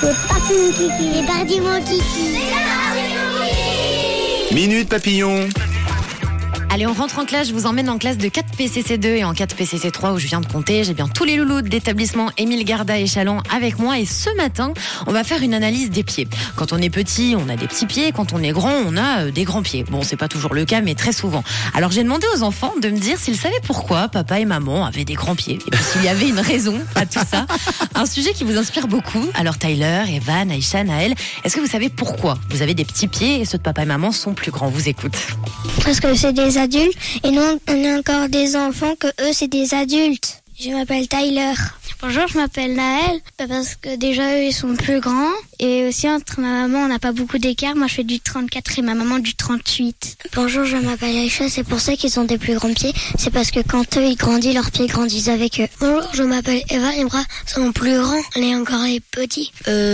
C'est parti mon kiki. C'est parti mon kiki. Minute Papillon. Allez, on rentre en classe, je vous emmène en classe de 4 PCC2 et en 4 PCC3 où je viens de compter. J'ai bien tous les loulous de l'établissement Émile Garda et Chalon avec moi et ce matin, on va faire une analyse des pieds. Quand on est petit, on a des petits pieds, quand on est grand, on a des grands pieds. Bon, c'est pas toujours le cas, mais très souvent. Alors j'ai demandé aux enfants de me dire s'ils savaient pourquoi papa et maman avaient des grands pieds et puis s'il y avait une raison à tout ça. Un sujet qui vous inspire beaucoup. Alors Tyler, Evan, Aïcha, Naël, est-ce que vous savez pourquoi vous avez des petits pieds et ceux de papa et maman sont plus grands? Vous écoute. Parce que c'est des adultes et nous on est encore des enfants que eux c'est des adultes. Je m'appelle Tyler. Bonjour, je m'appelle Naël. Parce que déjà eux ils sont plus grands et aussi entre ma maman on n'a pas beaucoup d'écart. Moi je fais du 34 et ma maman du 38. Bonjour, je m'appelle Aïcha. C'est pour ça qu'ils ont des plus grands pieds. C'est parce que quand eux ils grandissent, leurs pieds grandissent avec eux. Bonjour, je m'appelle Eva. Les bras sont plus grands. Les encore les petits.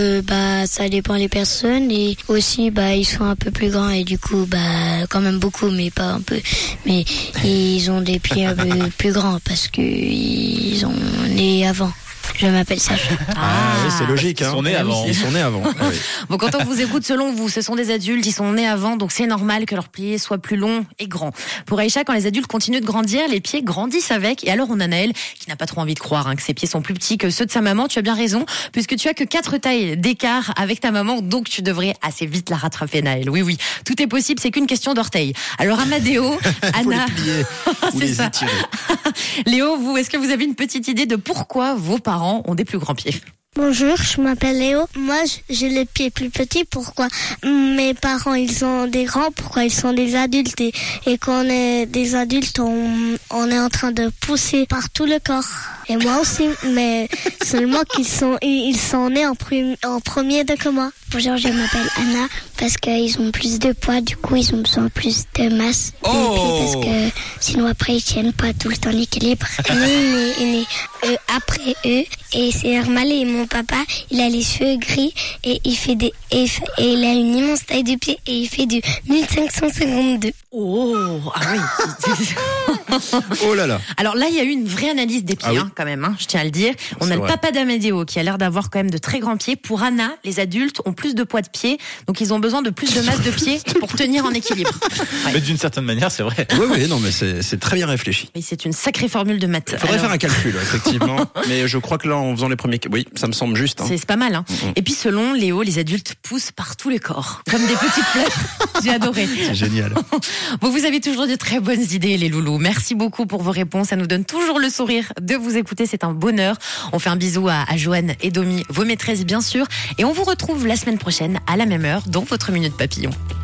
Ça dépend des personnes et aussi ils sont un peu plus grands et du coup quand même beaucoup mais pas un peu. Mais ils ont des pieds un peu plus grands parce que ils sont nés avant. Je m'appelle Sacha. Oui, c'est logique. Ils sont nés avant. Ils sont nés avant. Ah oui. Bon, quand on vous écoute, selon vous, ce sont des adultes, ils sont nés avant, donc c'est normal que leurs pieds soient plus longs et grands. Pour Aïcha, quand les adultes continuent de grandir, les pieds grandissent avec. Et alors, on a Naël qui n'a pas trop envie de croire que ses pieds sont plus petits que ceux de sa maman. Tu as bien raison, puisque tu as que 4 tailles d'écart avec ta maman, donc tu devrais assez vite la rattraper, Naël. Oui, oui, tout est possible, c'est qu'une question d'orteils. Alors, Amadeo, Anna... Faut les plier ou c'est les ça. étirer. Léo, vous, est-ce que vous avez une petite idée de pourquoi vos parents ont des plus grands pieds? Bonjour, je m'appelle Léo. Moi, j'ai les pieds plus petits. Pourquoi mes parents, ils sont des grands? Pourquoi ils sont des adultes? Et quand on est des adultes, on est en train de pousser par tout le corps. Et moi aussi, mais seulement ils sont nés en premier que moi. Bonjour, je m'appelle Anna parce qu'ils ont plus de poids, du coup ils ont besoin de plus de masse de pieds parce que sinon après ils tiennent pas tout le temps l'équilibre. Nous, on est nés après eux et c'est normal. Et mon papa, il a les cheveux gris et et il a une immense taille de pied et il fait du 1552. Oh, ah oui. Oh là là. Alors là, il y a eu une vraie analyse des pieds, Ah oui. quand même, je tiens à le dire. On C'est a vrai. le papa d'Amadeo qui a l'air d'avoir quand même de très grands pieds. Pour Anna, les adultes ont plus de poids de pied, donc ils ont besoin de plus de masse de pied pour tenir en équilibre. Ouais. Mais d'une certaine manière, c'est vrai. Oui, non, mais c'est très bien réfléchi. Oui, c'est une sacrée formule de maths. Il faudrait Alors, faire un calcul, effectivement. Mais je crois que là, en faisant les premiers... Oui, ça me semble juste. c'est pas mal, hein. Et puis selon Léo, les adultes poussent par tous les corps, comme des petites fleurs. J'ai adoré. C'est génial. Bon, vous avez toujours de très bonnes idées, les loulous. Merci beaucoup pour vos réponses. Ça nous donne toujours le sourire de vous écouter. C'est un bonheur. On fait un bisou à Joanne et Domi, vos maîtresses, bien sûr. Et on vous retrouve la semaine prochaine à la même heure dans votre Minute Papillon.